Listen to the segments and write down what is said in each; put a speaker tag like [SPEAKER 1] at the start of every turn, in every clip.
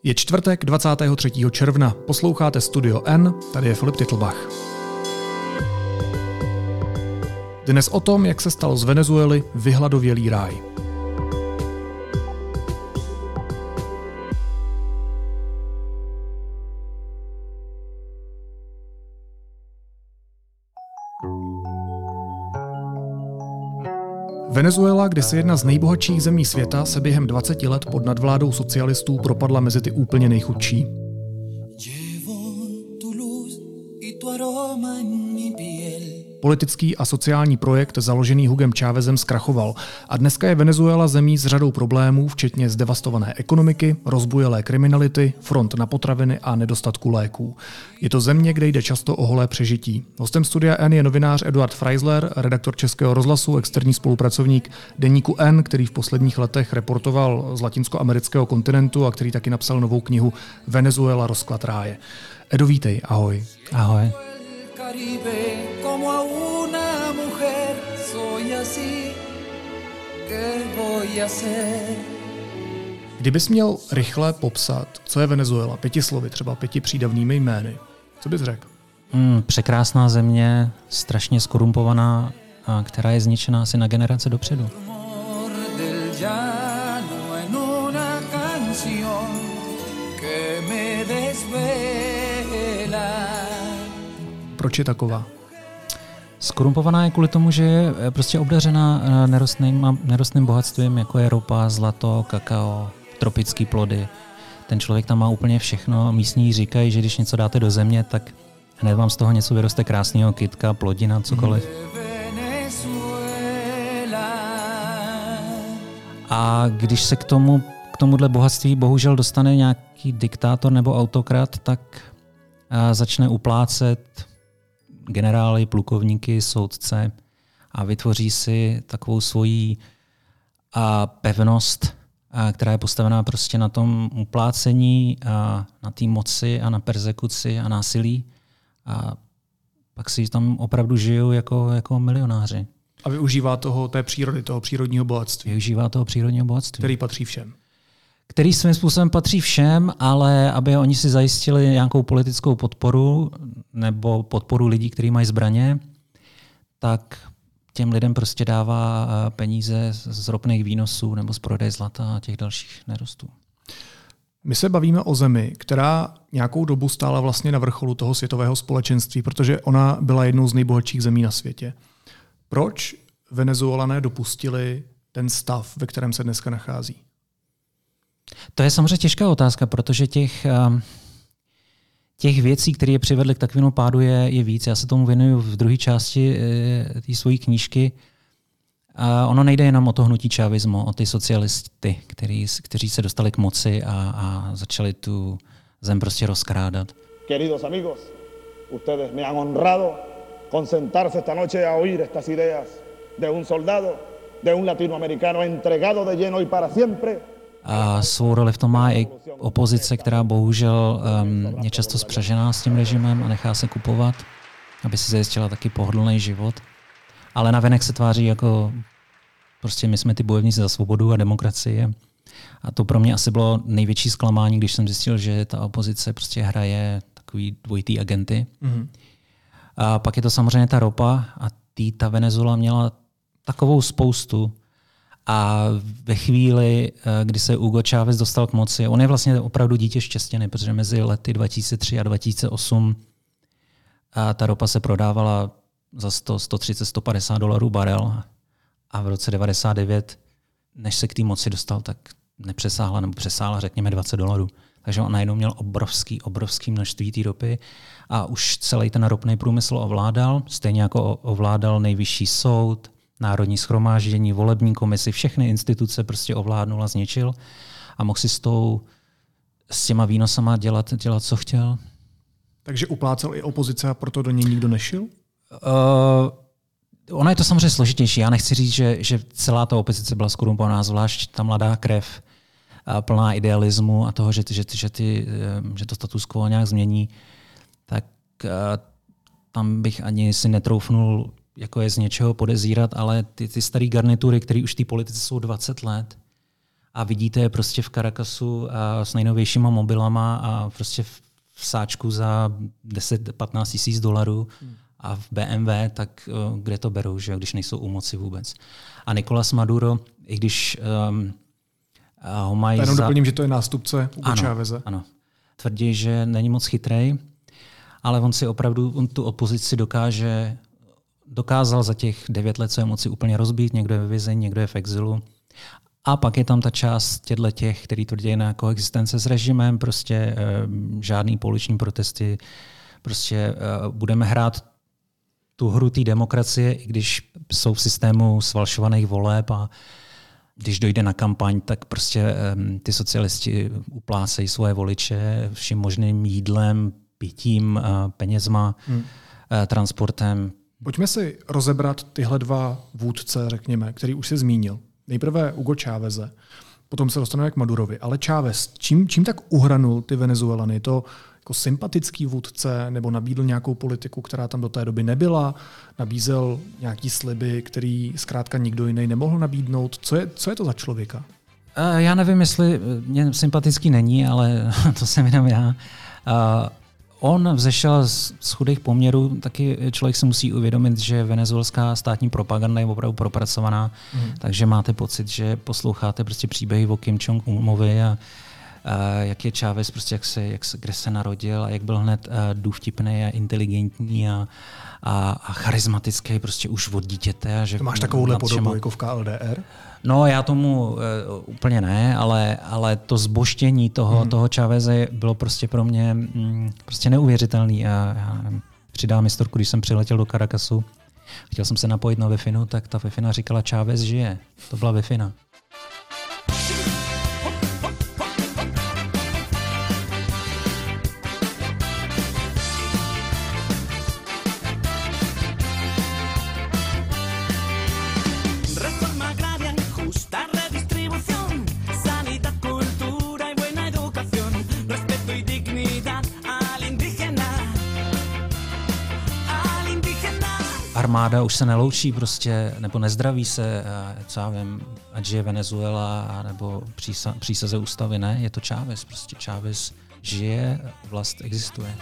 [SPEAKER 1] Je čtvrtek 23. června, posloucháte Studio N, tady je Filip Titlbach. Dnes o tom, jak se stal z Venezuely vyhladovělý ráj. Venezuela, kdysi jedna z nejbohatších zemí světa, se během 20 let pod nadvládou socialistů propadla mezi ty úplně nejchudší. Politický a sociální projekt založený Hugem Chávezem zkrachoval a dneska je Venezuela zemí s řadou problémů, včetně zdevastované ekonomiky, rozbujelé kriminality, front na potraviny a nedostatku léků. Je to země, kde jde často o holé přežití. Hostem Studia N je novinář Eduard Freisler, redaktor Českého rozhlasu, externí spolupracovník deníku N, který v posledních letech reportoval z latinskoamerického kontinentu a který taky napsal novou knihu Venezuela, rozklad ráje. Edo, vítej, ahoj.
[SPEAKER 2] Ahoj.
[SPEAKER 1] Kdybys měl rychle popsat, co je Venezuela, 5 slovy, třeba 5 přídavnými jmény, co bys řekl?
[SPEAKER 2] Překrásná země, strašně skorumpovaná, která je zničená asi na generace dopředu.
[SPEAKER 1] Proč je taková?
[SPEAKER 2] Skorumpovaná je kvůli tomu, že je prostě obdařená nerostným bohatstvím, jako je ropa, zlato, kakao, tropické plody. Ten člověk tam má úplně všechno. Místní říkají, že když něco dáte do země, tak hned vám z toho něco vyroste krásného, kytka, plodina, cokoliv. A když se k tomuhle bohatství bohužel dostane nějaký diktátor nebo autokrat, tak začne uplácet generály, plukovníky, soudce a vytvoří si takovou svoji pevnost, která je postavená prostě na tom uplácení, na té moci a na perzekuci a násilí. A pak si tam opravdu žijou jako milionáři.
[SPEAKER 1] A využívá té přírody, toho přírodního bohatství.
[SPEAKER 2] Využívá toho přírodního bohatství.
[SPEAKER 1] Který patří všem.
[SPEAKER 2] Který svým způsobem patří všem, ale aby oni si zajistili nějakou politickou podporu nebo podporu lidí, kteří mají zbraně, tak těm lidem prostě dává peníze z ropných výnosů nebo z prodeje zlata a těch dalších nerostů.
[SPEAKER 1] My se bavíme o zemi, která nějakou dobu stála vlastně na vrcholu toho světového společenství, protože ona byla jednou z nejbohatších zemí na světě. Proč Venezuelané dopustili ten stav, ve kterém se dneska nachází?
[SPEAKER 2] To je samozřejmě těžká otázka, protože těch věcí, které je přivedly k takovému pádu, je víc. Já se tomu věnuju v druhé části té svojí knížky. Ono nejde jenom o to hnutí chávismo, o ty socialisty, kteří se dostali k moci a začali tu zem prostě rozkrádat.
[SPEAKER 3] Queridos amigos, ustedes me han honrado con sentarse esta noche a oír estas ideas de un soldado, de un latinoamericano entregado de lleno y para siempre.
[SPEAKER 2] A svou roli v tom má i opozice, která bohužel je často spřažená s tím režimem a nechá se kupovat, aby si zajistila taky pohodlný život. Ale navenek se tváří jako prostě my jsme ty bojovníci za svobodu a demokracii. A to pro mě asi bylo největší zklamání, když jsem zjistil, že ta opozice prostě hraje takový dvojitý agenty. Mm-hmm. A pak je to samozřejmě ta ropa a ta Venezuela měla takovou spoustu. A ve chvíli, kdy se Hugo Chávez dostal k moci, on je vlastně opravdu dítě štěstěný, protože mezi lety 2003 a 2008 ta ropa se prodávala za 100, 130, 150 dolarů barel a v roce 99, než se k té moci dostal, tak nepřesáhla nebo přesáhla řekněme 20 dolarů. Takže on najednou měl obrovský množství té ropy a už celý ten ropný průmysl ovládal, stejně jako ovládal nejvyšší soud, Národní shromáždění, volební komisi, všechny instituce prostě ovládnul a zničil a mohl si s těma výnosama dělat, co chtěl.
[SPEAKER 1] Takže uplácel i opozice a proto do něj nikdo nešil?
[SPEAKER 2] Ono je to samozřejmě složitější. Já nechci říct, že celá ta opozice byla skorumpovaná, zvlášť ta mladá krev, plná idealismu a toho, že to status quo nějak změní, tak tam bych ani si netroufnul jako je z něčeho podezírat, ale ty staré garnitury, které už v té politice jsou 20 let a vidíte je prostě v Caracasu a s nejnovějšíma mobilama a prostě v sáčku za 10-15 tisíc $. A v BMW, tak kde to berou, že když nejsou u moci vůbec. A Nicolás Maduro, i když ho mají
[SPEAKER 1] jenom doplním, že to je nástupce Hugo Cháveze.
[SPEAKER 2] Ano. Tvrdí, že není moc chytrej, ale on si opravdu tu opozici dokázal za těch 9 let své moci úplně rozbít. Někdo je ve vězení, někdo je v exilu. A pak je tam ta část těch, kteří tvrdí na koexistence s režimem, prostě žádný pouliční protesty, prostě budeme hrát tu hru té demokracie, i když jsou v systému sfalšovaných voleb a když dojde na kampaň, tak prostě ty socialisti uplácejí svoje voliče vším možným jídlem, pitím, penězma, transportem.
[SPEAKER 1] Pojďme si rozebrat tyhle dva vůdce, řekněme, který už jsi zmínil. Nejprve Hugo Cháveze, potom se dostaneme k Madurovi. Ale Chávez, čím tak uhranul ty Venezuelany? To jako sympatický vůdce nebo nabídl nějakou politiku, která tam do té doby nebyla? Nabízel nějaký sliby, který zkrátka nikdo jiný nemohl nabídnout? Co je to za člověka?
[SPEAKER 2] Já nevím, jestli mě sympatický není, ale to jsem jenom já. On vzešel z chudých poměrů, taky člověk si musí uvědomit, že venezuelská státní propaganda je opravdu propracovaná, takže máte pocit, že posloucháte prostě příběhy o Kim Jong-unovi a jak je Chávez, prostě kde se narodil a jak byl hned důvtipný a inteligentní a charismatický prostě už od dítěte. A že
[SPEAKER 1] to máš takovouhle podobu jako v KLDR?
[SPEAKER 2] No, já tomu úplně ne, ale to zbožtění toho Cháveze bylo prostě pro mě prostě neuvěřitelný. A já přidám historku, když jsem přiletěl do Caracasu, chtěl jsem se napojit na Wi-Fi, tak ta Wi-Fi říkala Chávez žije. To byla Wi-Fi. Armáda už se neloučí prostě, nebo nezdraví se, co já vím, ať žije Venezuela, nebo přísaze ústavy, ne, je to Chávez, prostě Chávez žije, vlast existuje.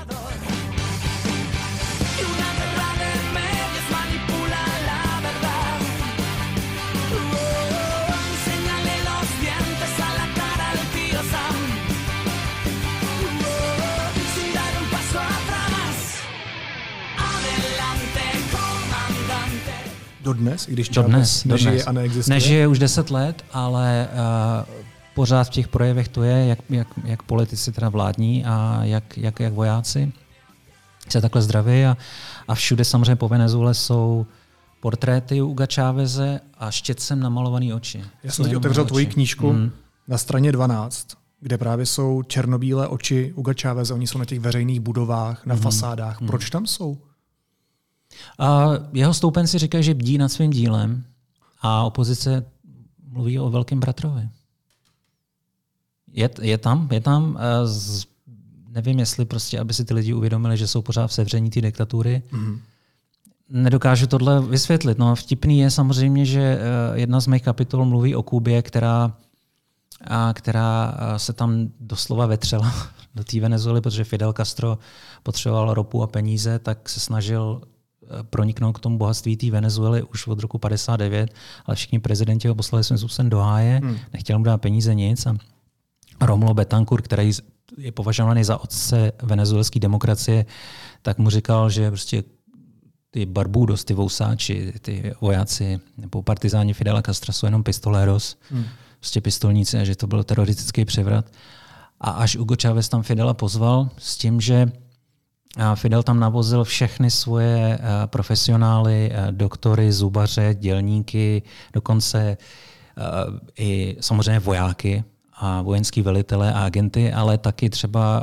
[SPEAKER 1] Dodnes, i když Chávez nežije a neexistuje?
[SPEAKER 2] Nežije už 10 let, ale pořád v těch projevech to je, jak politici teda vládní a jak vojáci se takhle zdraví a všude samozřejmě po Venezuele jsou portréty Huga Cháveze a štětcem namalovaný oči.
[SPEAKER 1] Já jsem teď otevřel tvoji knížku na straně 12, kde právě jsou černobílé oči Huga Cháveze. Oni jsou na těch veřejných budovách, na fasádách. Proč tam jsou?
[SPEAKER 2] A jeho stoupenci říkají, že bdí nad svým dílem a opozice mluví o velkém bratrovi. Je tam, nevím, jestli prostě, aby si ty lidi uvědomili, že jsou pořád v sevření té diktatury. Nedokážu tohle vysvětlit. No, vtipný je samozřejmě, že jedna z mých kapitol mluví o Kubě, která se tam doslova vetřela do té Venezuely, protože Fidel Castro potřeboval ropu a peníze, tak se snažil proniknout k tomu bohatství té Venezuely už od roku 59, ale všichni prezidenti ho poslali svým způsobem do háje, nechtěl mu dát peníze nic a Rómulo Betancourt, který je považovaný za otce venezuelské demokracie, tak mu říkal, že prostě ty barbudos, ty vousáči, ty vojáci nebo partizáni Fidela Castra jsou jenom pistoleros, prostě pistolníci a že to byl teroristický převrat. A až Hugo Chávez tam Fidela pozval s tím, že Fidel tam navozil všechny svoje profesionály, doktory, zubaře, dělníky, dokonce i samozřejmě vojáky a vojenský velitele a agenty, ale taky třeba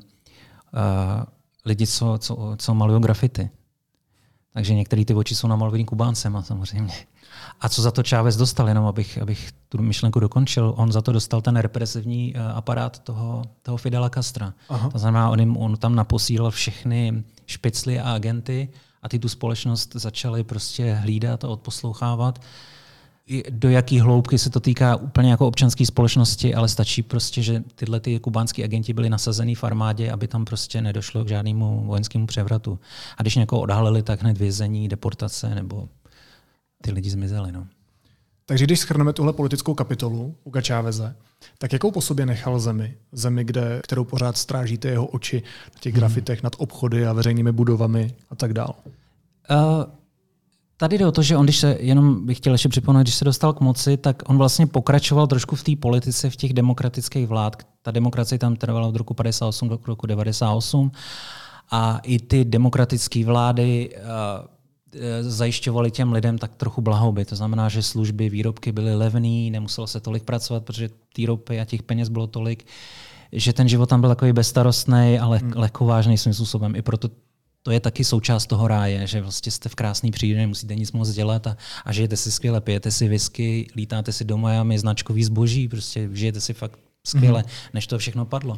[SPEAKER 2] lidi, co malují grafity. Takže některé ty oči jsou namalovaný Kubáncema samozřejmě. A co za to Chávez dostal, jenom abych tu myšlenku dokončil, on za to dostal ten represivní aparát toho Fidela Castra. Aha. To znamená, on tam naposílal všechny špicly a agenty a ty tu společnost začali prostě hlídat a odposlouchávat. do jaký hloubky se to týká úplně jako občanské společnosti, ale stačí prostě, že tyhle ty kubánský agenti byli nasazený v armádě, aby tam prostě nedošlo k žádnému vojenskému převratu. A když někoho odhalili, tak hned vězení, deportace nebo ty lidi zmizeli. No.
[SPEAKER 1] Takže když shrneme tuhle politickou kapitolu Huga Cháveze, tak jakou po sobě nechal zemi? Zemi, kterou pořád strážíte jeho oči na těch grafitech nad obchody a veřejnými budovami a tak dál?
[SPEAKER 2] Tady jde o to, že on, jenom bych chtěl ještě připomenout, když se dostal k moci, tak on vlastně pokračoval trošku v té politice, v těch demokratických vlád. Ta demokracie tam trvala od roku 58 do roku 98 a i ty demokratické vlády zajišťovaly těm lidem tak trochu blahobyt. To znamená, že služby, výrobky byly levný, nemuselo se tolik pracovat, protože té ropy a těch peněz bylo tolik, že ten život tam byl takový bezstarostný, ale lehkovážný svým způsobem. I proto to je taky součást toho ráje, že vlastně jste v krásný přírodě, nemusíte nic moc dělat a žijete si skvěle, pijete si whisky, lítáte si do Miami, značkový zboží, prostě žijete si fakt skvěle, než to všechno padlo.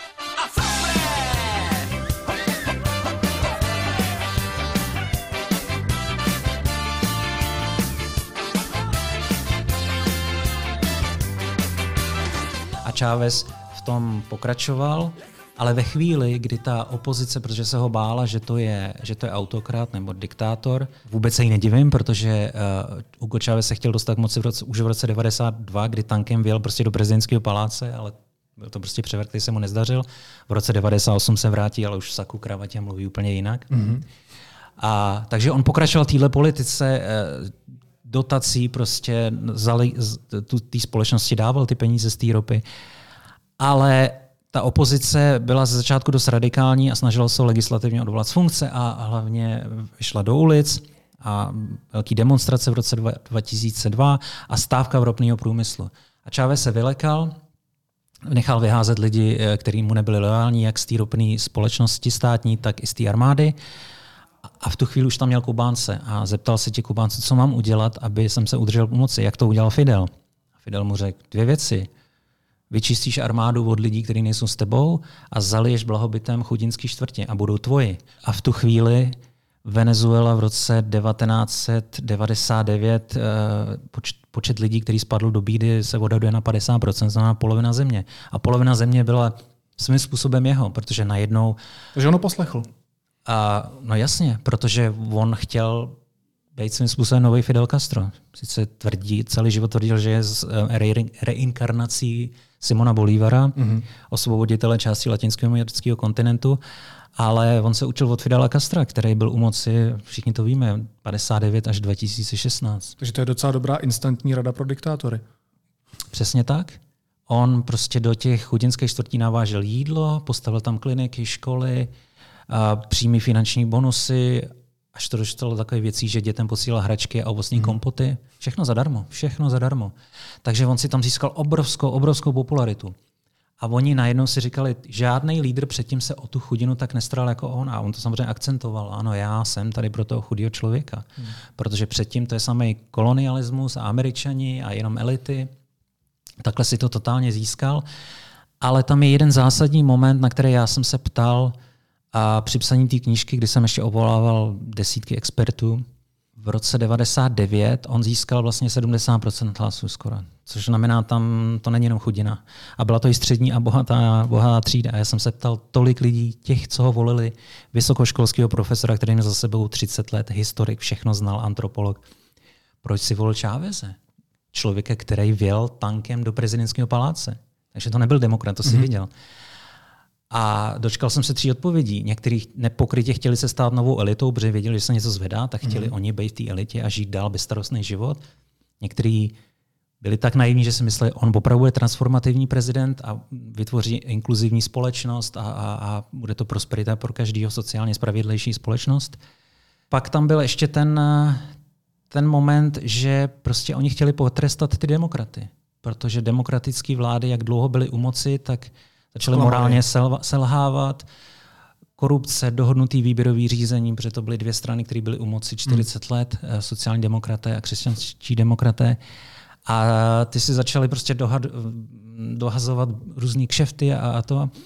[SPEAKER 2] A Chávez v tom pokračoval, ale ve chvíli, kdy ta opozice, protože se ho bála, že to je autokrat nebo diktátor, vůbec se jí nedivím, protože Hugo Chávez se chtěl dostat k moci už v roce 92, kdy tankem vjel prostě do prezidentského paláce, ale byl to prostě převrat, který se mu nezdařil. V roce 98 se vrátí, ale už v saku, kravatě mluví úplně jinak. A takže on pokračoval téhle politice, dotací prostě té společnosti dával ty peníze z té ropy, ale ta opozice byla ze začátku dost radikální a snažila se legislativně odvolat z funkce a hlavně vyšla do ulic a velký demonstrace v roce 2002 a stávka v ropného průmyslu. A Chávez se vylekal, nechal vyházet lidi, kteří mu nebyli loajální, jak z té ropné společnosti státní, tak i z té armády. A v tu chvíli už tam měl Kubánce a zeptal se těch Kubánců, co mám udělat, aby jsem se udržel u moci. Jak to udělal Fidel? Fidel mu řekl 2 věci. Vyčistíš armádu od lidí, kteří nejsou s tebou a zaliješ blahobytem chudinský čtvrtě a budou tvoji. A v tu chvíli Venezuela v roce 1999 počet lidí, který spadl do bídy, se odhaduje na 50%, znamená polovina země. A polovina země byla svým způsobem jeho, protože najednou...
[SPEAKER 1] Takže on ho poslechl.
[SPEAKER 2] No jasně, protože on chtěl být svým způsobem nový Fidel Castro. Sice celý život tvrdil, že je z reinkarnací Simona Bolívara, osvoboditele části latinského amerického kontinentu, ale on se učil od Fidela Castra, který byl u moci, všichni to víme, 59 až 2016.
[SPEAKER 1] Takže to je docela dobrá instantní rada pro diktátory.
[SPEAKER 2] Přesně tak. On prostě do těch chudinských čtvrtí navážel jídlo, postavil tam kliniky, školy, přímý finanční bonusy, až to dostalo takové věcí, že dětem posílal hračky a ovocní kompoty. Všechno zadarmo. Takže on si tam získal obrovskou popularitu. A oni najednou si říkali, žádný lídr předtím se o tu chudinu tak nestaral jako on. A on to samozřejmě akcentoval. Ano, já jsem tady pro toho chudého člověka. Protože předtím to je samý kolonialismus a Američani a jenom elity. Takhle si to totálně získal. Ale tam je jeden zásadní moment, na který já jsem se ptal a při psaní té knížky, kdy jsem ještě obvolával desítky expertů, v roce 99 on získal vlastně 70% hlasů skoro, což znamená, tam to není jenom chudina. A byla to i střední a bohatá třída. A já jsem se ptal tolik lidí, těch, co ho volili, vysokoškolského profesora, který měl za sebou 30 let, historik, všechno znal, antropolog. Proč si volil Cháveze? Člověka, který vjel tankem do prezidentského paláce. Takže to nebyl demokrat, to si viděl. A dočkal jsem se 3 odpovědí. Někteří nepokrytě chtěli se stát novou elitou, protože věděli, že se něco zvedá, tak chtěli oni být v té elitě a žít dál bezstarostný život. Někteří byli tak naivní, že si mysleli, on opravdu bude transformativní prezident a vytvoří inkluzivní společnost a bude to prosperita pro každého sociálně spravedlivější společnost. Pak tam byl ještě ten moment, že prostě oni chtěli potrestat ty demokraty, protože demokratické vlády, jak dlouho byly u moci, tak začaly morálně selhávat. Korupce, dohodnutý výběrový řízení, protože to byly 2 strany, které byly u moci 40 let, sociální demokraté a křesťanští demokraté. A ty si začali prostě dohazovat různý kšefty a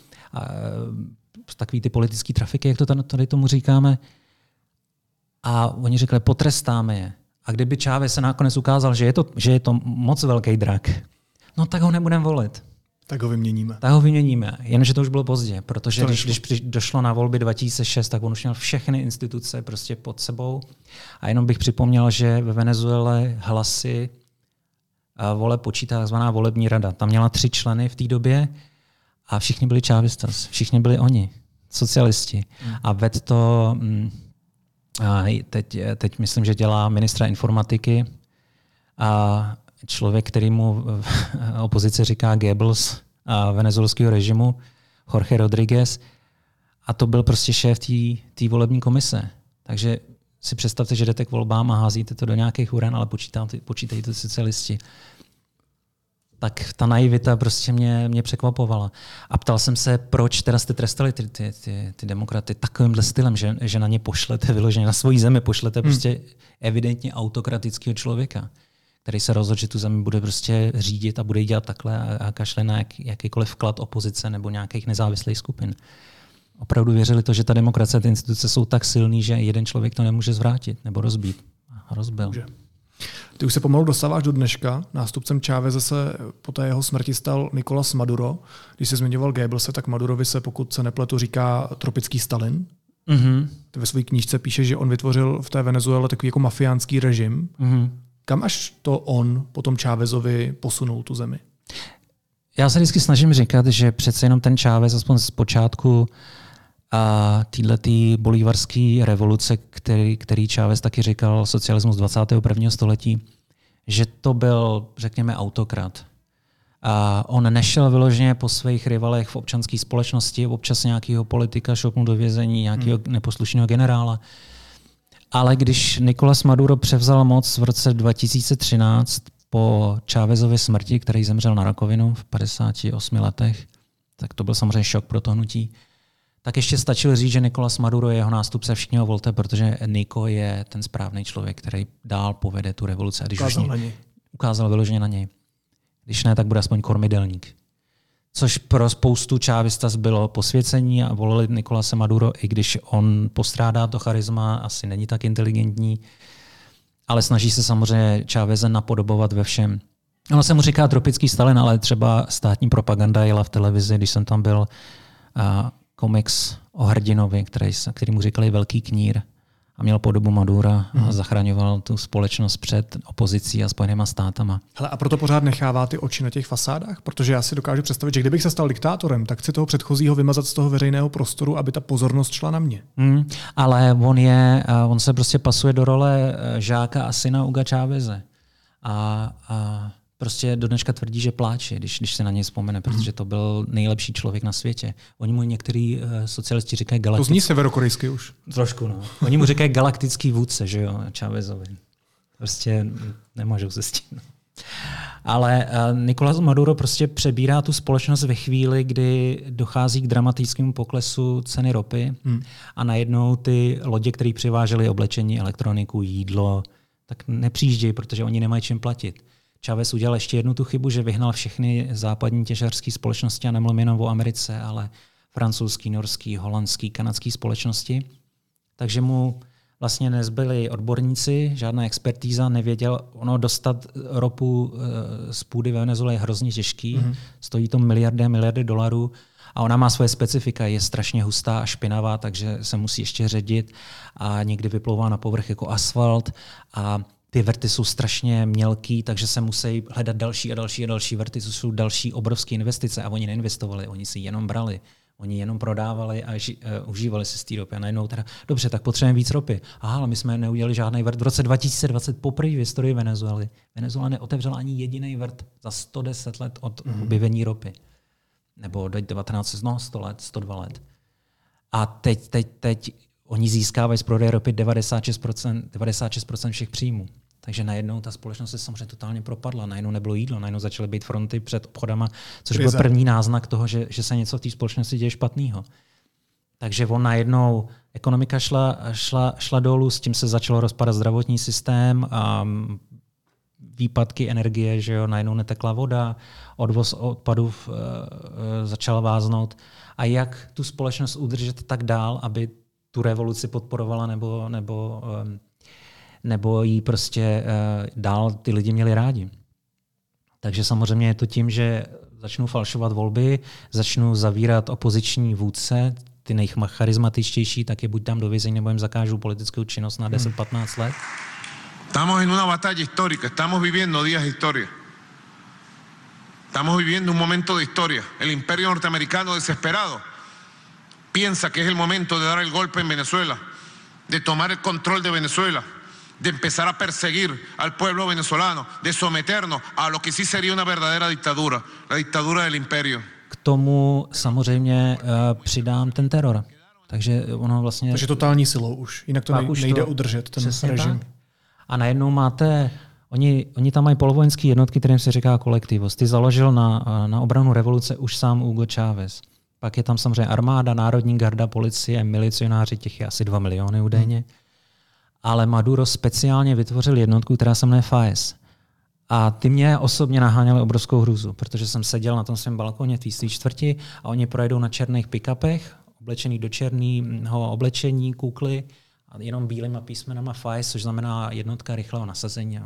[SPEAKER 2] takový ty politický trafiky, jak to tady tomu říkáme. A oni řekli, potrestáme je. A kdyby Chávez se nakonec ukázal, že je to moc velký drak, no tak ho nebudeme volit.
[SPEAKER 1] Tak ho vyměníme.
[SPEAKER 2] Jenže to už bylo pozdě, protože když došlo na volby 2006, tak on už měl všechny instituce prostě pod sebou. A jenom bych připomněl, že ve Venezuele hlasy voleb počítá takzvaná volební rada. Tam měla 3 členy v té době a všichni byli chávistas, všichni byli oni, socialisti. A vedl to, teď myslím, že dělá ministra informatiky a člověk, kterýmu opozice říká Goebbels a venezuelského režimu, Jorge Rodríguez, a to byl prostě šéf té volební komise. Takže si představte, že jdete k volbám a házíte to do nějakých uran, ale počítají to socialisti. Tak ta naivita prostě mě překvapovala. A ptal jsem se, proč teda jste trestali ty demokraty takovýmhle stylem, že na ně pošlete vyloženě, na svoji zemi pošlete prostě evidentně autokratického člověka, který se rozhodl, že tu zemi bude prostě řídit a bude jí dělat takhle a kašle na jakýkoliv vklad opozice nebo nějakých nezávislých skupin. Opravdu věřili to, že ta demokracie, ty instituce jsou tak silný, že jeden člověk to nemůže zvrátit nebo rozbít. A rozbil.
[SPEAKER 1] Může. Ty už se pomalu dostáváš do dneška. Nástupcem Cháveze se po té jeho smrti stal Nicolás Maduro. Když se zmiňoval Goebbelse, tak Madurovi se, pokud se nepletu, říká tropický Stalin. Mm-hmm. Ty ve své knížce píše, že on vytvořil v té Venezuele takový jako mafiánský režim. Mm-hmm. Kam až to on potom Chávezovi posunul tu zemi?
[SPEAKER 2] Já se vždycky snažím říkat, že přece jenom ten Chávez, aspoň z počátku a týhletý bolívarský revoluce, který Chávez taky říkal, socialismus 21. století, že to byl, řekněme, autokrat. A on nešel vyloženě po svých rivalech v občanské společnosti, občas nějakého politika šopnul do vězení, nějakého neposlušného generála. Ale když Nicolás Maduro převzal moc v roce 2013 po Chávezově smrti, který zemřel na rakovinu v 58 letech, tak to byl samozřejmě šok pro to hnutí. Tak ještě stačilo říct, že Nicolás Maduro je jeho nástupce, všichni ho volte, protože Nico je ten správný člověk, který dál povede tu revoluci. A když ukázal vyloženě na něj. Když ne, tak bude aspoň kormidelník. Což pro spoustu chávistas bylo posvěcení a volili Nicolase Maduro, i když on postrádá to charisma, asi není tak inteligentní, ale snaží se samozřejmě Cháveze napodobovat ve všem. Ono se mu říká tropický Stalin, ale třeba státní propaganda jela v televizi, když jsem tam byl, komiks o hrdinovi, který mu říkali Velký knír a měl podobu Madura a zachraňoval tu společnost před opozicí a Spojenýma státama.
[SPEAKER 1] Hele, a proto pořád nechává ty oči na těch fasádách? Protože já si dokážu představit, že kdybych se stal diktátorem, tak chci toho předchozího vymazat z toho veřejného prostoru, aby ta pozornost šla na mě.
[SPEAKER 2] Ale on se prostě pasuje do role žáka a syna Huga Cháveze. A prostě do dneška tvrdí, že pláče, když se na něj vzpomene, protože to byl nejlepší člověk na světě. Oni mu některý socialisti říkají galaktický.
[SPEAKER 1] To zní severokorejsky už.
[SPEAKER 2] Trošku, no. Oni mu říkají galaktický vůdce, že jo, Chávezovi. Prostě nemůžou se s tím. Ale Nicolás Maduro prostě přebírá tu společnost ve chvíli, kdy dochází k dramatickému poklesu ceny ropy a najednou ty lodě, které přivážely oblečení, elektroniku, jídlo, tak nepřijíždějí, protože oni nemají čím platit. Chávez udělal ještě jednu tu chybu, že vyhnal všechny západní těžařské společnosti, a nemluvím jenom o Americe, ale francouzský, norský, holandský, kanadský společnosti. Takže mu vlastně nezbyli odborníci, žádná expertíza, nevěděl. Ono dostat ropu z půdy ve Venezuele je hrozně těžký, stojí to miliardy dolarů a ona má svoje specifika, je strašně hustá a špinavá, takže se musí ještě ředit a někdy vyplouvá na povrch jako asfalt a ty vrty jsou strašně mělký, takže se musí hledat další a další vrty, to jsou další obrovské investice a oni neinvestovali, oni si jenom brali. Oni jenom prodávali a užívali si z té ropy. A najednou teda, dobře, tak potřebujeme víc ropy. Aha, ale my jsme neudělali žádný vrt. V roce 2020 poprvé v historii Venezuely. Venezuela neotevřela ani jediný vrt za 110 let od objevení ropy. Nebo do 100 let, 102 let. A teď oni získávají z prodeje ropy 96% všech příjmů. Takže najednou ta společnost se samozřejmě totálně propadla. Najednou nebylo jídlo, najednou začaly být fronty před obchodama, což byl první náznak toho, že se něco v té společnosti děje špatného. Takže on najednou, ekonomika šla dolů, s tím se začalo rozpadat zdravotní systém, a výpadky energie, že jo, najednou netekla voda, odvoz odpadů začal váznout. A jak tu společnost udržet tak dál, aby tu revoluci podporovala nebo nebo jí prostě dál ty lidi měli rádi. Takže samozřejmě je to tím, že začnou falšovat volby, začnou zavírat opoziční vůdce, ty nejcharizmatičtější, tak je buď tam do vězení, nebo jim zakážou politickou činnost na 10-15 let.
[SPEAKER 4] Estamos en una batalla histórica, estamos viviendo días de historia. Estamos viviendo un momento de historia. El imperio norteamericano desesperado piensa que es el momento de dar el golpe en Venezuela, de tomar el control de Venezuela, de empezar a perseguir al pueblo venezolano, de someternos a lo que sí sería una verdadera dictadura, la dictadura del imperio.
[SPEAKER 2] K tomu samozřejmě přidám ten teror. Takže ono vlastně...
[SPEAKER 1] Takže totální silou už, jinak to nejde udržet, ten režim.
[SPEAKER 2] Tak. A najednou máte... Oni tam mají polovojenské jednotky, kterým se říká kolektivos. Ty založil na obranu revoluce už sám Hugo Chávez. Pak je tam samozřejmě armáda, národní garda, policie, milicionáři, těch je asi 2 miliony údajně. Ale Maduro speciálně vytvořil jednotku, která se jmenuje FAES. A ty mě osobně naháněly obrovskou hrůzu, protože jsem seděl na tom svém balkoně v té své čtvrti a oni projedou na černých pick-upech, oblečený do černého oblečení, kukly, a jenom bílýma písmenama FAES, což znamená jednotka rychlého nasazení.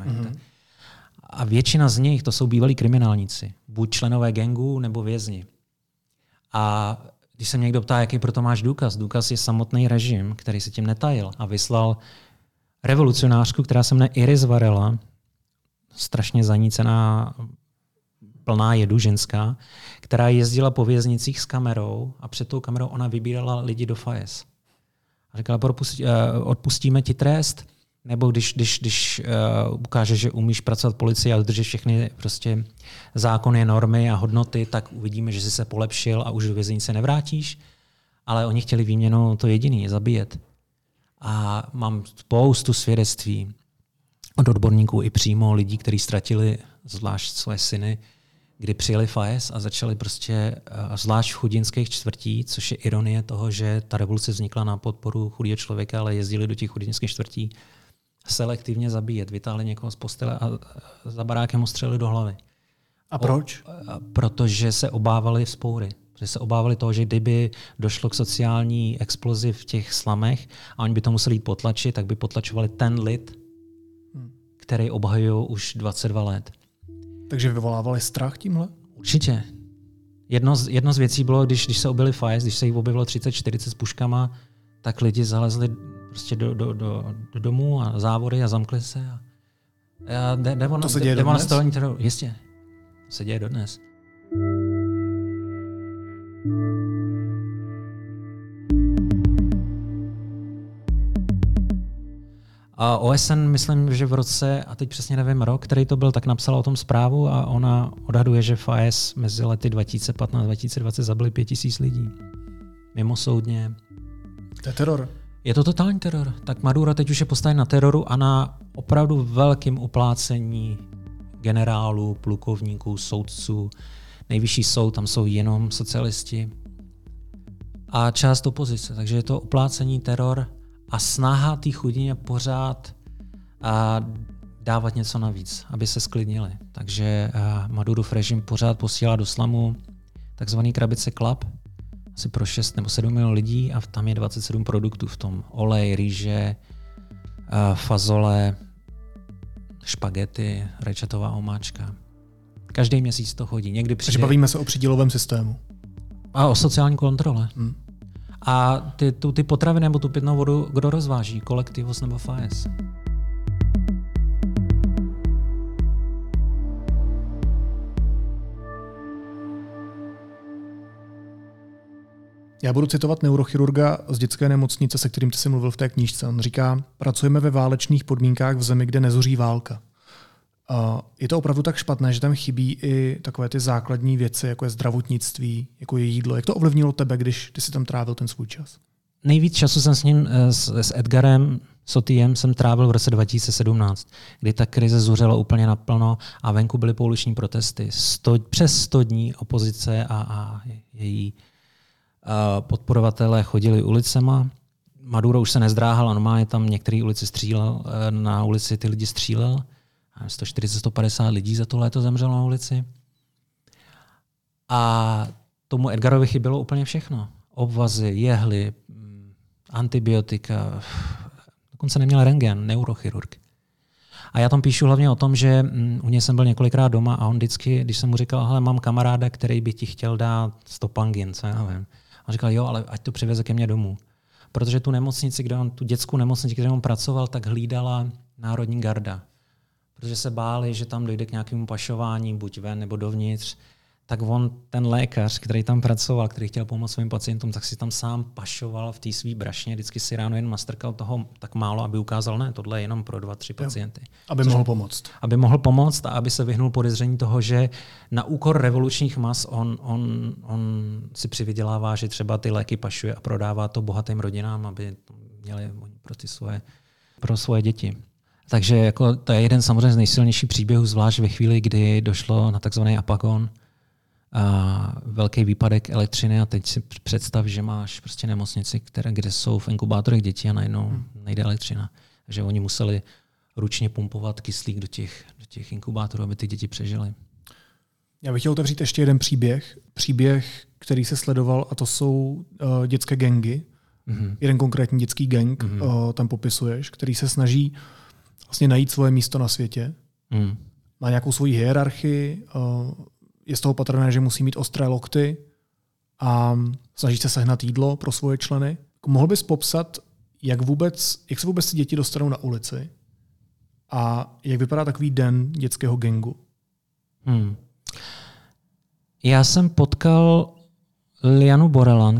[SPEAKER 2] A většina z nich to jsou bývalí kriminálníci, buď členové gangů nebo vězni. A když se mě někdo ptá, jaký proto máš důkaz, důkaz je samotný režim, který se tím netajil a vyslal revolucionářku, která se jmenuje Iris Varela, strašně zanícená, plná jedu ženská, která jezdila po věznicích s kamerou a před tou kamerou ona vybírala lidi do FAES. A říkala, odpustíme ti trest, nebo když ukážeš, že umíš pracovat v policii a dodržíš všechny prostě zákony, normy a hodnoty, tak uvidíme, že jsi se polepšil a už do vězení se nevrátíš. Ale oni chtěli výměnou to jediný, zabíjet. A mám spoustu svědectví od odborníků i přímo lidí, kteří ztratili zvlášť své syny, kdy přijeli FAES a začali prostě, zvlášť v chudinských čtvrtí, což je ironie toho, že ta revoluce vznikla na podporu chudého člověka, ale jezdili do těch chudinských čtvrtí selektivně zabíjet. Vytáhli někoho z postele a za barákem mu střelili do hlavy.
[SPEAKER 1] A proč?
[SPEAKER 2] Protože se obávali vzpoury. Protože se obávali toho, že kdyby došlo k sociální explozi v těch slamech a oni by to museli jít potlačit, tak by potlačovali ten lid, který obhajují už 22 let.
[SPEAKER 1] Takže vyvolávali strach tímhle?
[SPEAKER 2] Určitě. Jedno z věcí bylo, když se objevili FAES, když se jich objevilo 30-40 s puškama, tak lidi zalezli prostě do domů a závory a zamkli se.
[SPEAKER 1] To se děje dodnes?
[SPEAKER 2] Jistě. To se děje dodnes. A OSN, myslím, že v roce, a teď přesně nevím rok, který to byl, tak napsala o tom zprávu a ona odhaduje, že FAES mezi lety 2015-2020 zabili 5000 lidí. Mimosoudně.
[SPEAKER 1] To je teror.
[SPEAKER 2] Je to totální teror. Tak Maduro teď už je postaven na teroru a na opravdu velkým uplácení generálů, plukovníků, soudců. Nejvyšší soud, tam jsou jenom socialisti. A část opozice. Takže je to uplácení, teror a snaha té chudině pořád dávat něco navíc, aby se sklidnili. Takže Madurův režim pořád posílá do slamu takzvaný krabice Club, asi pro 6 nebo 7 milionů lidí a tam je 27 produktů v tom. Olej, rýže, fazole, špagety, rajčatová omáčka. Každý měsíc to chodí. Někdy přijde...
[SPEAKER 1] Takže bavíme se o přídělovém systému.
[SPEAKER 2] A o sociální kontrole. A ty potraviny nebo tu pitnou vodu kdo rozváží? Kolektivos nebo FAES?
[SPEAKER 1] Já budu citovat neurochirurga z dětské nemocnice, se kterým ty jsi mluvil v té knížce. On říká, pracujeme ve válečných podmínkách v zemi, kde nezuří válka. Je to opravdu tak špatné, že tam chybí i takové ty základní věci, jako je zdravotnictví, jako je jídlo. Jak to ovlivnilo tebe, když ty jsi tam trávil ten svůj čas?
[SPEAKER 2] Nejvíc času jsem s ním, s Edgarem Sotiem, jsem trávil v roce 2017, kdy ta krize zuřela úplně naplno a venku byly pouliční protesty. Přes 100 dní opozice a její podporovatelé chodili ulicema. Maduro už se nezdráhal, normálně tam některé ulici střílel, na ulici ty lidi střílel. 140-150 lidí za to léto zemřelo na ulici. A tomu Edgarovi chybělo úplně všechno. Obvazy, jehly, antibiotika, dokonce neměl rentgen, neurochirurg. A já tam píšu hlavně o tom, že u něj jsem byl několikrát doma a on vždycky, když jsem mu říkal, hele, mám kamaráda, který by ti chtěl dát 100 pangin, co já vím. A on říkal, jo, ale ať to přiveze ke mně domů. Protože tu nemocnici, tu dětskou nemocnici, kde on pracoval, tak hlídala Národní garda. Protože se báli, že tam dojde k nějakému pašování, buď ven nebo dovnitř. Tak on, ten lékař, který tam pracoval, který chtěl pomoct svým pacientům, tak si tam sám pašoval v té svý brašně. Vždycky si ráno jen nastrkal toho tak málo, aby ukázal, ne, tohle je jenom pro 2-3 pacienty.
[SPEAKER 1] Aby mohl pomoct.
[SPEAKER 2] Aby mohl pomoct a aby se vyhnul podezření toho, že na úkor revolučních mas on si přivydělává, že třeba ty léky pašuje a prodává to bohatým rodinám, aby měli pro svoje děti. Takže jako, to je jeden samozřejmě z nejsilnějších příběhů, zvlášť ve chvíli, kdy došlo na takzvaný apagon, a velký výpadek elektřiny a teď si představ, že máš prostě nemocnici, kde jsou v inkubátorech děti a najednou nejde elektřina. Takže oni museli ručně pumpovat kyslík do těch inkubátorů, aby ty děti přežily.
[SPEAKER 1] Já bych chtěl otevřít ještě jeden příběh, který se sledoval, a to jsou dětské gangy. Jeden konkrétní dětský gang tam popisuješ, který se snaží vlastně najít svoje místo na světě. Má nějakou svoji hierarchii, je z toho patrné, že musí mít ostré lokty a snaží se sehnat jídlo pro svoje členy. Mohl bys popsat, jak se vůbec ty děti dostanou na ulici a jak vypadá takový den dětského gangu?
[SPEAKER 2] Já jsem potkal Lianu Borelan,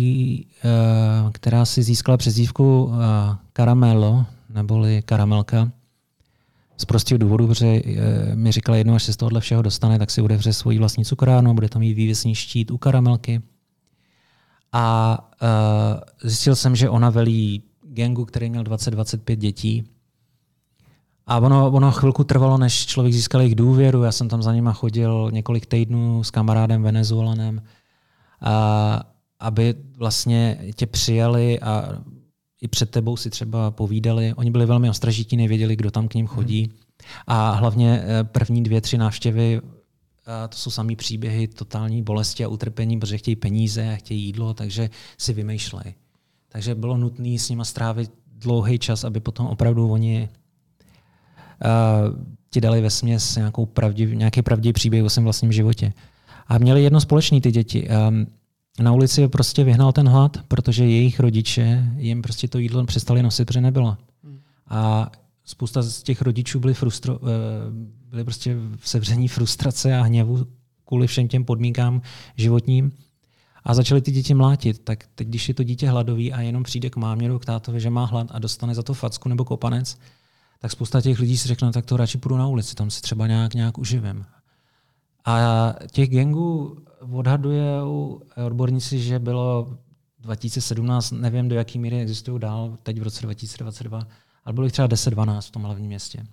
[SPEAKER 2] která si získala přezdívku Caramelo, neboli Karamelka, z prostého důvodu, protože mi říkala jednou, až se z tohohle všeho dostane, tak si otevře svoji vlastní cukrárnu, bude tam mít vývěsný štít u Karamelky. A zjistil jsem, že ona velí gangu, který měl 20-25 dětí. A ono chvilku trvalo, než člověk získal jejich důvěru. Já jsem tam za nima chodil několik týdnů s kamarádem Venezuelanem, aby vlastně tě přijali a i před tebou si třeba povídali. Oni byli velmi ostražití, nevěděli, kdo tam k ním chodí. A hlavně první 2-3 návštěvy, to jsou samý příběhy totální bolesti a utrpení, protože chtějí peníze a chtějí jídlo, takže si vymýšlejí. Takže bylo nutné s nima strávit dlouhý čas, aby potom opravdu oni ti dali vesměs nějaký pravdivý příběh o svém vlastním životě. A měli jedno společné ty děti. Na ulici je prostě vyhnal ten hlad, protože jejich rodiče jim prostě to jídlo přestali nosit, protože nebylo. A spousta z těch rodičů byli prostě v sevření frustrace a hněvu kvůli všem těm podmínkám životním a začali ty děti mlátit. Tak teď, když je to dítě hladový a jenom přijde k mámě nebo k tátovi, že má hlad a dostane za to facku nebo kopanec, tak spousta těch lidí si řekne, tak to radši půjdu na ulici, tam si třeba nějak uživím. A těch gangů odhaduje odborníci, že bylo 2017, nevím, do jaký míry existují dál, teď v roce 2022, ale bylo jich třeba 10-12 v tom hlavním městě.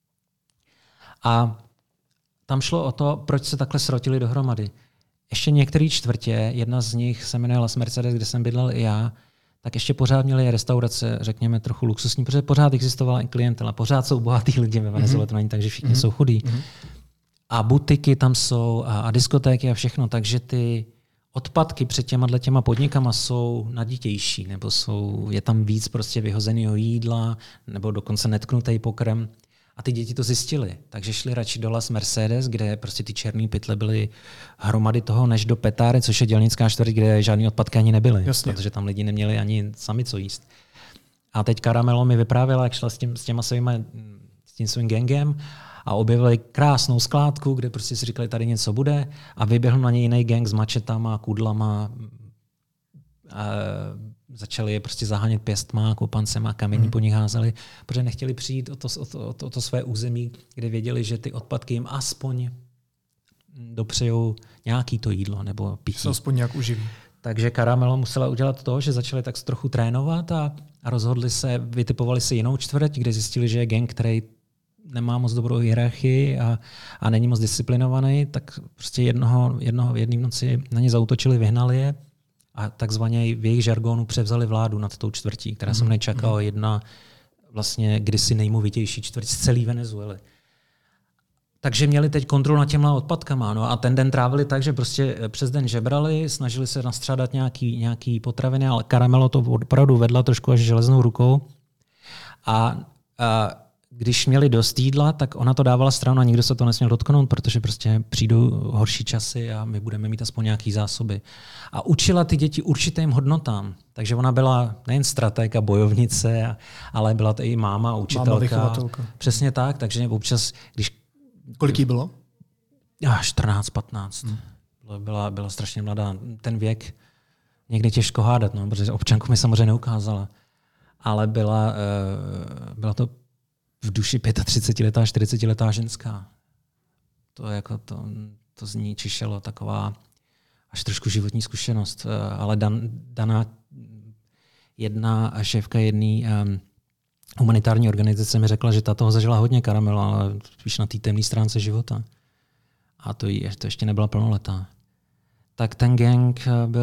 [SPEAKER 2] A tam šlo o to, proč se takhle srotili dohromady. Ještě některé čtvrtě, jedna z nich se jmenuje Las Mercedes, kde jsem bydlel i já, tak ještě pořád měli restaurace, řekněme, trochu luxusní, protože pořád existovala i klientela, pořád jsou bohatý lidi ve Venezuele, to není tak, že všichni jsou chudí. A butiky tam jsou a diskotéky a všechno, takže ty odpadky před těma podnikama jsou naditější, nebo je tam víc prostě vyhozeného jídla, nebo dokonce netknutý pokrm. A ty děti to zjistily, takže šli radši do Las Mercedes, kde prostě ty černý pytle byly hromady toho, než do Petare, což je dělnická čtvrť, kde žádný odpadky ani nebyly, protože tam lidi neměli ani sami co jíst. A teď Caramelo mi vyprávěla, jak šla s tím svým gangem a objevili krásnou skládku, kde prostě si říkali, tady něco bude a vyběhl na něj jiný gang s mačetama, kudlama a začali je prostě zahánět pěstma, kopancema, kamení po nich házeli, protože nechtěli přijít o to své území, kde věděli, že ty odpadky jim aspoň dopřejou nějaký to jídlo nebo pití.
[SPEAKER 1] Se aspoň nějak uživí.
[SPEAKER 2] Takže Caramelo musela udělat to, že začali tak trochu trénovat a rozhodli se, vytipovali si jinou čtvrť, kde zjistili, že je gang, který nemá moc dobrou hierarchii a není moc disciplinovaný, tak prostě jedné noci na ně zaútočili, vyhnali je a takzvaně v jejich žargonu převzali vládu nad tou čtvrtí, která se mne čekala jedna vlastně kdysi nejmovitější čtvrť z celé Venezuely. Takže měli teď kontrolu nad těmhle odpadkama. No a ten den trávili tak, že prostě přes den žebrali, snažili se nastřádat nějaký potraviny, ale Caramelo to opravdu vedla trošku až železnou rukou. A když měli dost jídla, tak ona to dávala stranu a nikdo se to nesměl dotknout, protože prostě přijdou horší časy a my budeme mít aspoň nějaký zásoby. A učila ty děti určitým hodnotám. Takže ona byla nejen strateg a bojovnice, ale byla to i máma a učitelka.
[SPEAKER 1] Máma vychovatelka.
[SPEAKER 2] Přesně tak, takže občas, když...
[SPEAKER 1] Kolik jí bylo?
[SPEAKER 2] 14, 15. Byla strašně mladá. Ten věk někdy těžko hádat, no, protože občanku mi samozřejmě neukázala. Ale byla to v duši 35letá, 40letá ženská. To z ní čišelo taková až trošku životní zkušenost. Ale Dana, jedna šéfka jedné humanitární organizace mi řekla, že ta toho zažila hodně Karamela, ale spíš na té temné stránce života. A to ještě nebyla plnoletá. Tak ten gang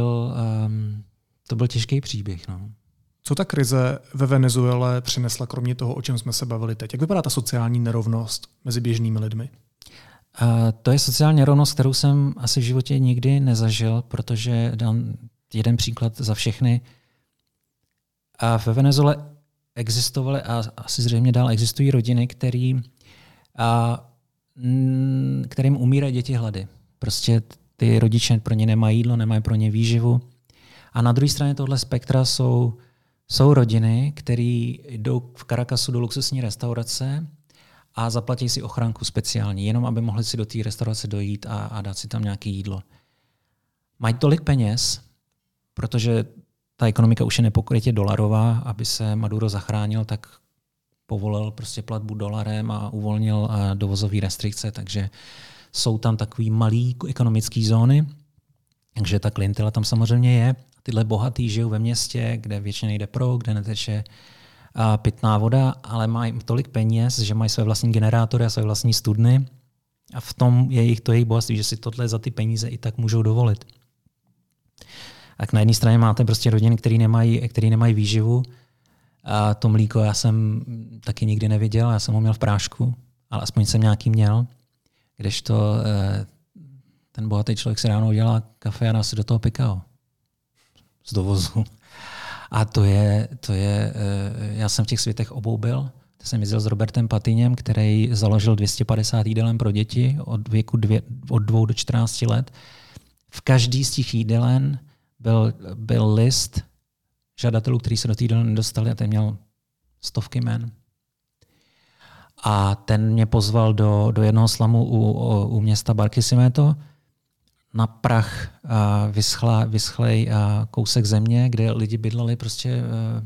[SPEAKER 2] to byl těžký příběh. No.
[SPEAKER 1] Co ta krize ve Venezuele přinesla kromě toho, o čem jsme se bavili teď? Jak vypadá ta sociální nerovnost mezi běžnými lidmi?
[SPEAKER 2] To je sociální nerovnost, kterou jsem asi v životě nikdy nezažil, protože dám jeden příklad za všechny. A ve Venezuele existovaly a asi zřejmě dál existují rodiny, kterým umírají děti hlady. Prostě ty rodiče pro ně nemají jídlo, nemají pro ně výživu. A na druhé straně tohle spektra jsou rodiny, které jdou v Caracasu do luxusní restaurace a zaplatí si ochranku speciální, jenom aby mohli si do té restaurace dojít a dát si tam nějaké jídlo. Mají tolik peněz, protože ta ekonomika už je nepokrytě dolarová, aby se Maduro zachránil, tak povolil prostě platbu dolarem a uvolnil dovozové restrikce, takže jsou tam takový malý ekonomické zóny, takže ta klientela tam samozřejmě je. Tyhle bohatý žijou ve městě, kde většině nejde proud, kde neteče pitná voda, ale mají tolik peněz, že mají své vlastní generátory a své vlastní studny a v tom je jejich bohatství, že si tohle za ty peníze i tak můžou dovolit. A na jedné straně máte prostě rodiny, které nemají výživu. A to mlíko já jsem taky nikdy neviděl, já jsem ho měl v prášku, ale aspoň jsem nějaký měl, kdežto ten bohatý člověk si ráno udělá kafe a dá si do toho pikao z dovozu. A to je já jsem v těch světech obou byl. To jsem jezdil s Robertem Patiněm, který založil 250 jídelen pro děti od věku od 2 do 14 let. V každý z těch jídelen byl list žadatelů, kteří se do té jídelny nedostali a ten měl stovky jmen. A ten mě pozval do jednoho slamu u města Barquisimeto na prach vyschlej kousek země, kde lidi bydleli prostě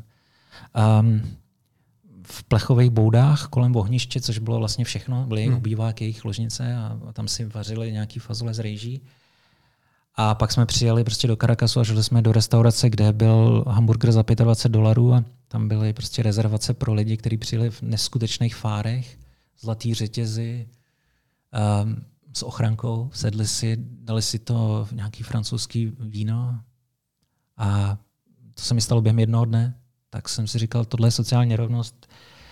[SPEAKER 2] v plechových boudách kolem ohniště, což bylo vlastně všechno. Byly jejich obývák, jejich ložnice a tam si vařili nějaký fazole z rejží. A pak jsme přijeli prostě do Caracasu a šli jsme do restaurace, kde byl hamburger za $25 a tam byly prostě rezervace pro lidi, kteří přijeli v neskutečných fárech, zlatý řetězy, s ochrankou, sedli si, dali si to nějaký francouzský víno a to se mi stalo během jednoho dne. Tak jsem si říkal, tohle je sociální nerovnost,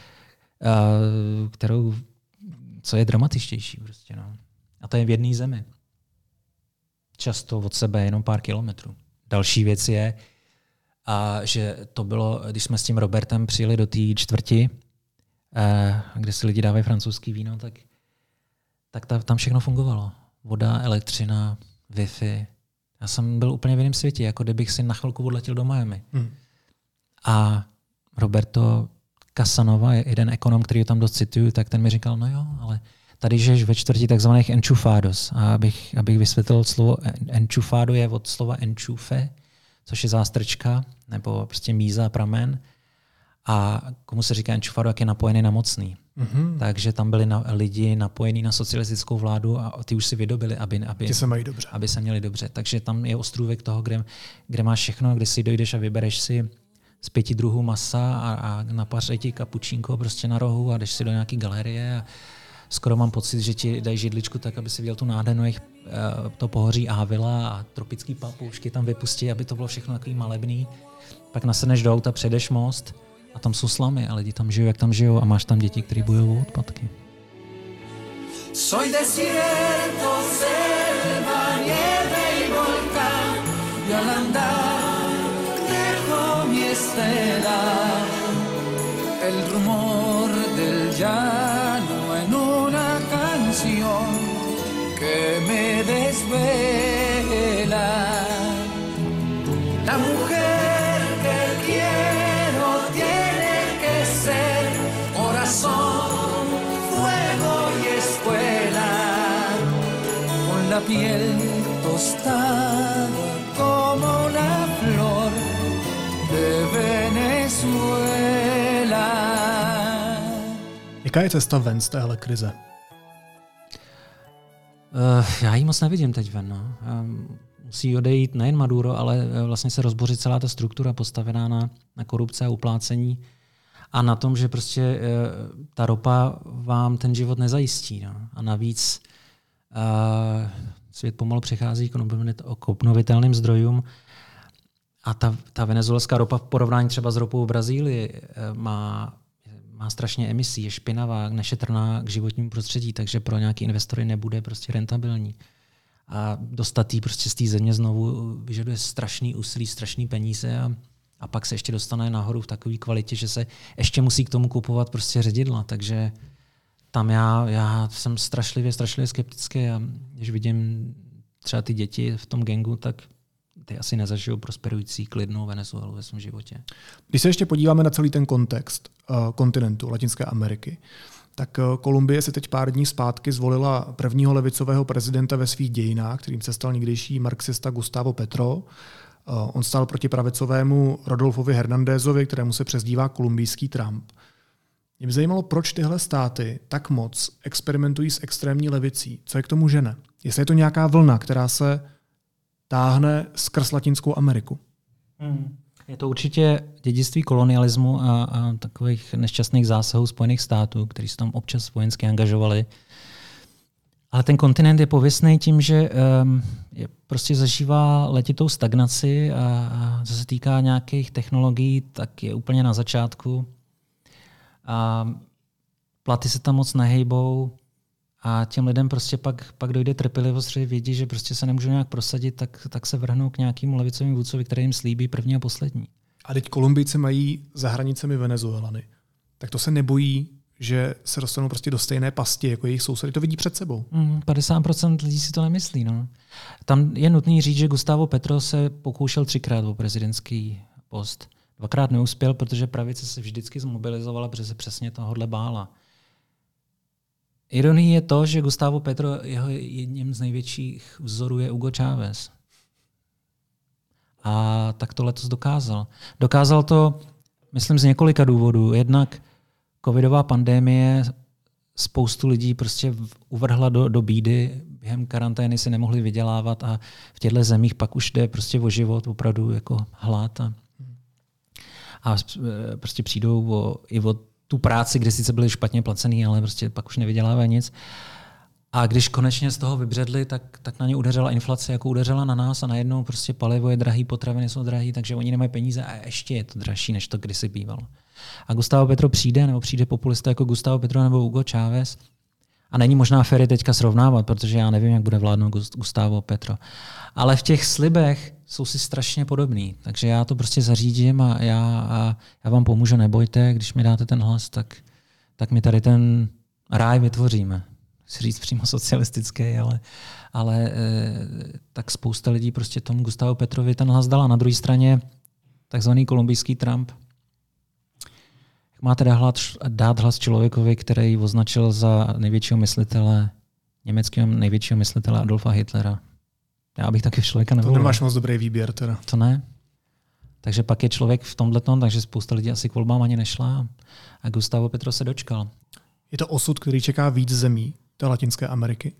[SPEAKER 2] co je dramatičtější. Prostě, no. A to je v jedné zemi. Často od sebe jenom pár kilometrů. Další věc je, že to bylo, když jsme s tím Robertem přijeli do té čtvrti, kde si lidi dávají francouzský víno, tak tam všechno fungovalo. Voda, elektřina, Wi-Fi. Já jsem byl úplně v jiném světě, jako kdybych si na chvilku odletěl do Miami. A Roberto Casanova, jeden ekonom, který ho tam dost cituju, tak ten mi říkal, no jo, ale tady žiješ ve čtvrti takzvaných enchufados. A abych vysvětlil, slovo enchufado je od slova enchufe, což je zástrčka, nebo prostě míza, pramen. A komu se říká enchufado, jak je napojený na mocný. Takže tam byli lidi napojení na socialistickou vládu a ty už si vydobili, aby se měli dobře. Takže tam je ostrůvek toho, kde máš všechno, kde si dojdeš a vybereš si z 5 druhů masa a napařej ti kapučínko prostě na rohu a jdeš si do nějaké galerie a skoro mám pocit, že ti dají židličku tak, aby si viděl tu nádhernou to pohoří Ávila a tropický papoušky tam vypustí, aby to bylo všechno takový malebný. Pak nasedneš do auta, přejdeš most a tam jsou slamy a lidi tam žijou, jak tam žijou a máš tam děti, které bojují o odpadky. Soy desierto, selva, nieve y volcán, y al andar dejo mi estela, el rumor del
[SPEAKER 5] llano en una canción que me desvela. La mujer que quiero tiene que ser corazón, fuego y escuela, con la piel tostada como la flor de Venezuela.
[SPEAKER 1] Jaká je cesta ven z téhle krize?
[SPEAKER 2] Já ji moc nevidím teď ven. No. Musí odejít nejen Maduro, ale vlastně se rozbořit celá ta struktura postavená na korupce a uplácení a na tom, že prostě ta ropa vám ten život nezajistí. No. A navíc svět pomalu přechází k obnovitelným zdrojům a ta venezuelská ropa v porovnání třeba s ropou v Brazílii má strašně emisí, je špinavá, nešetrná k životnímu prostředí, takže pro nějaký investory nebude prostě rentabilní. A dostat jí prostě z té země znovu vyžaduje strašný úsilí, strašný peníze a pak se ještě dostane nahoru v takové kvalitě, že se ještě musí k tomu kupovat prostě ředidla. Takže tam já jsem strašlivě skeptický a když vidím třeba ty děti v tom gangu, tak ty asi nezažijou prosperující, klidnou Venezuelu ve svém životě.
[SPEAKER 1] Když se ještě podíváme na celý ten kontext kontinentu Latinské Ameriky, tak Kolumbie si teď pár dní zpátky zvolila prvního levicového prezidenta ve svých dějinách, kterým se stal někdejší marxista Gustavo Petro. On stál proti pravicovému Rodolfovi Hernandézovi, kterému se přezdívá kolumbijský Trump. Mě by zajímalo, proč tyhle státy tak moc experimentují s extrémní levicí. Co je k tomu žene? Jestli je to nějaká vlna, která se táhne skrz Latinskou Ameriku.
[SPEAKER 2] Je to určitě dědictví kolonialismu a takových nešťastných zásahů Spojených států, kteří se tam občas vojensky angažovali. Ale ten kontinent je pověstný tím, že prostě zažívá letitou stagnaci a co se týká nějakých technologií, tak je úplně na začátku. A platy se tam moc nehejbou a těm lidem prostě pak dojde trpělivost, že vědí, že prostě se nemůžou nějak prosadit, tak se vrhnou k nějakému levicovému vůdcovi, který jim slíbí první a poslední. A
[SPEAKER 1] teď Kolumbijci mají za hranicemi Venezuelany. Tak to se nebojí, že se dostanou prostě do stejné pasti jako jejich sousedy. To vidí před sebou.
[SPEAKER 2] 50% lidí si to nemyslí. No. Tam je nutný říct, že Gustavo Petro se pokoušel 3krát o prezidentský post. 2krát neuspěl, protože pravice se vždycky zmobilizovala, protože se přesně tohohle bála. Ironií je to, že Gustavo Petro, jeho jedním z největších vzorů je Hugo Chávez. A tak to letos dokázal. Dokázal to, myslím, z několika důvodů. Jednak covidová pandemie spoustu lidí prostě uvrhla do bídy. Během karantény si nemohli vydělávat a v těchto zemích pak už jde prostě o život, opravdu jako hlad. A prostě přijdou i o tu práci, kde sice byli špatně placený, ale prostě pak už nevydělávají nic. A když konečně z toho vybředli, tak na ně udeřila inflace, jako udeřila na nás a najednou prostě palivo je drahý, potraviny jsou drahý, takže oni nemají peníze a ještě je to dražší, než to kdysi bývalo. A Gustavo Petro přijde populista jako Gustavo Petro nebo Hugo Chávez a není možná fér teďka srovnávat, protože já nevím, jak bude vládnout Gustavo Petro. Ale v těch slibech jsou si strašně podobný, takže já to prostě zařídím a já vám pomůžu, nebojte, když mi dáte ten hlas, tak mi tady ten ráj vytvoříme. Chci říct přímo socialistický, ale tak spousta lidí prostě tomu Gustavo Petrovi ten hlas dala. Na druhé straně takzvaný kolumbijský Trump. Jak máte dát hlas člověkovi, který označil za největšího myslitele, německého největšího myslitele Adolfa Hitlera? Já bych taky člověka nevolil.
[SPEAKER 1] To nemáš moc dobrý výběr teda.
[SPEAKER 2] To ne. Takže pak je člověk v tomhletom, takže spousta lidí asi k volbám ani nešla a Gustavo Petro se dočkal.
[SPEAKER 1] Je to osud, který čeká víc zemí té Latinské Ameriky?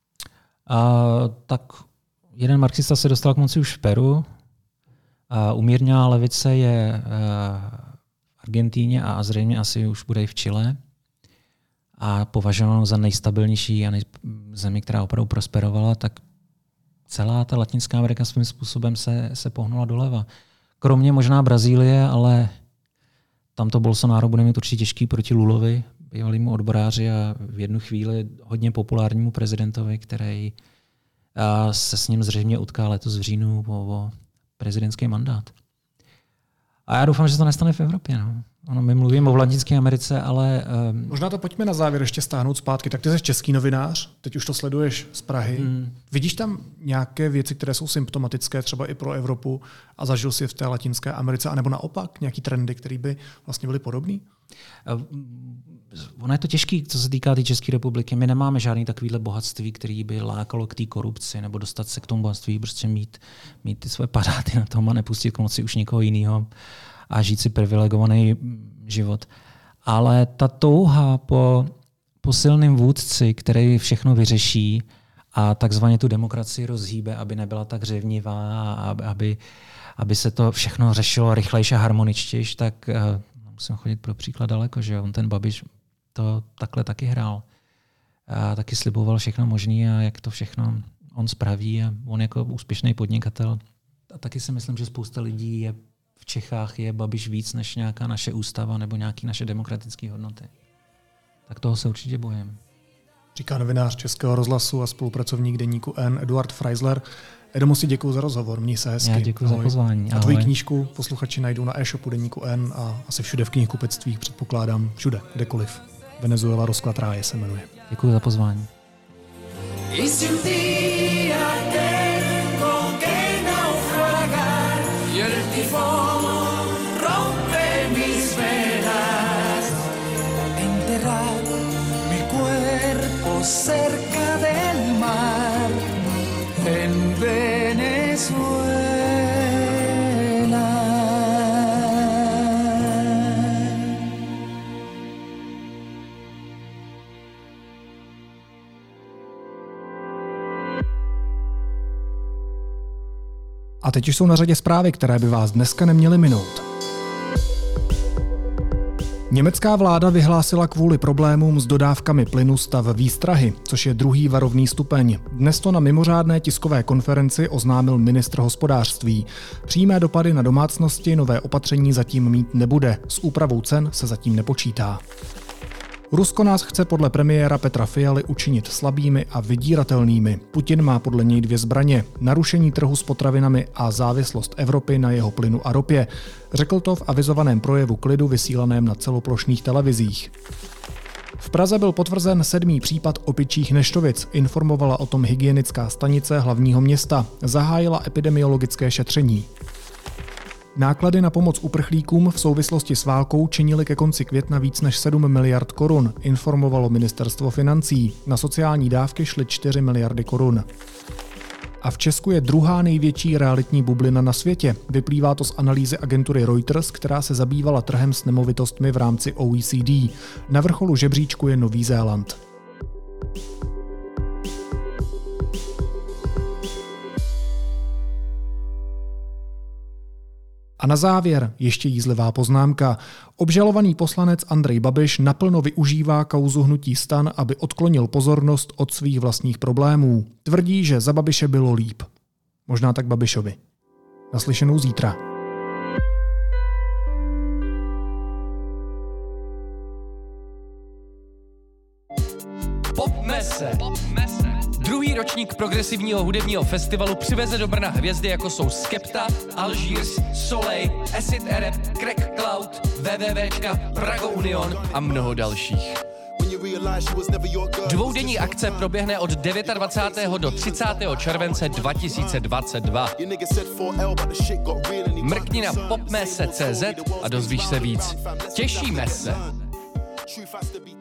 [SPEAKER 2] Tak jeden marxista se dostal k moci už v Peru. Umírněná levice je v Argentíně a zřejmě asi už bude i v Chile. A považovanou za nejstabilnější a zemi, která opravdu prosperovala, tak celá ta Latinská Amerika svým způsobem se pohnula doleva. Kromě možná Brazílie, ale tamto Bolsonaro bude mít určitě těžký proti Lulovi, bývalýmu odboráři a v jednu chvíli hodně populárnímu prezidentovi, který se s ním zřejmě utká letos v říjnu o prezidentský mandát. A já doufám, že to nestane v Evropě. No. Ono, my mluvíme o Latinské Americe, ale...
[SPEAKER 1] Možná to pojďme na závěr ještě stáhnout zpátky. Tak ty jsi český novinář, teď už to sleduješ z Prahy. Vidíš tam nějaké věci, které jsou symptomatické třeba i pro Evropu a zažil jsi je v té Latinské Americe, anebo naopak nějaký trendy, které by vlastně byly podobné?
[SPEAKER 2] Ono je to těžké, co se týká té České republiky. My nemáme žádný takovýhle bohatství, který by lákalo k té korupci nebo dostat se k tomu bohatství, prostě mít ty své paráty na tom a nepustit k moci už nikoho jiného a žít si privilegovaný život. Ale ta touha po silném vůdci, který všechno vyřeší a takzvaně tu demokracii rozhýbe, aby nebyla tak řevnivá a aby se to všechno řešilo rychlejší a harmoničtější, tak musím chodit pro příklad daleko, že on ten Babiš to takhle taky hrál. A taky sliboval všechno možné a jak to všechno on spraví a on jako úspěšný podnikatel. A taky si myslím, že spousta lidí je v Čechách je Babiš víc než nějaká naše ústava nebo nějaké naše demokratické hodnoty. Tak toho se určitě bojím.
[SPEAKER 1] Říká novinář Českého rozhlasu a spolupracovník deníku N Eduard Freisler. Edo, moc děkuji za rozhovor, měj se hezky.
[SPEAKER 2] Já děkuji za pozvání.
[SPEAKER 1] A tvoji knížku posluchači najdou na e-shopu deníku N a asi všude v knihkupectvích, předpokládám, všude, kdekoliv. Venezuela rozklad ráje se jmenuje.
[SPEAKER 2] Děkuji za pozvání.
[SPEAKER 5] Cerca del mar en Venezuela.
[SPEAKER 1] A teď už jsou na řadě zprávy, které by vás dneska neměly minout. Německá vláda vyhlásila kvůli problémům s dodávkami plynu stav výstrahy, což je druhý varovný stupeň. Dnes to na mimořádné tiskové konferenci oznámil ministr hospodářství. Přímé dopady na domácnosti nové opatření zatím mít nebude. S úpravou cen se zatím nepočítá. Rusko nás chce podle premiéra Petra Fialy učinit slabými a vydíratelnými. Putin má podle něj dvě zbraně: narušení trhu s potravinami a závislost Evropy na jeho plynu a ropě. Řekl to v avizovaném projevu klidu vysílaném na celoplošných televizích. V Praze byl potvrzen 7. případ opičích neštovic, informovala o tom hygienická stanice hlavního města. Zahájila epidemiologické šetření. Náklady na pomoc uprchlíkům v souvislosti s válkou činily ke konci května víc než 7 miliard korun, informovalo ministerstvo financí. Na sociální dávky šly 4 miliardy korun. A v Česku je druhá největší realitní bublina na světě. Vyplývá to z analýzy agentury Reuters, která se zabývala trhem s nemovitostmi v rámci OECD. Na vrcholu žebříčku je Nový Zéland. A na závěr ještě jízlivá poznámka. Obžalovaný poslanec Andrej Babiš naplno využívá kauzu hnutí STAN, aby odklonil pozornost od svých vlastních problémů. Tvrdí, že za Babiše bylo líp. Možná tak Babišovi. Naslyšenou zítra.
[SPEAKER 6] Popmese. Druhý ročník progresivního hudebního festivalu přiveze do Brna hvězdy jako jsou Skepta, Algiers, Soleil, Acid Arab, Crack Cloud, WWWčka, Prago Union a mnoho dalších. Dvoudenní akce proběhne od 29. do 30. července 2022. Mrkni na popmese.cz a dozvíš se víc. Těšíme se!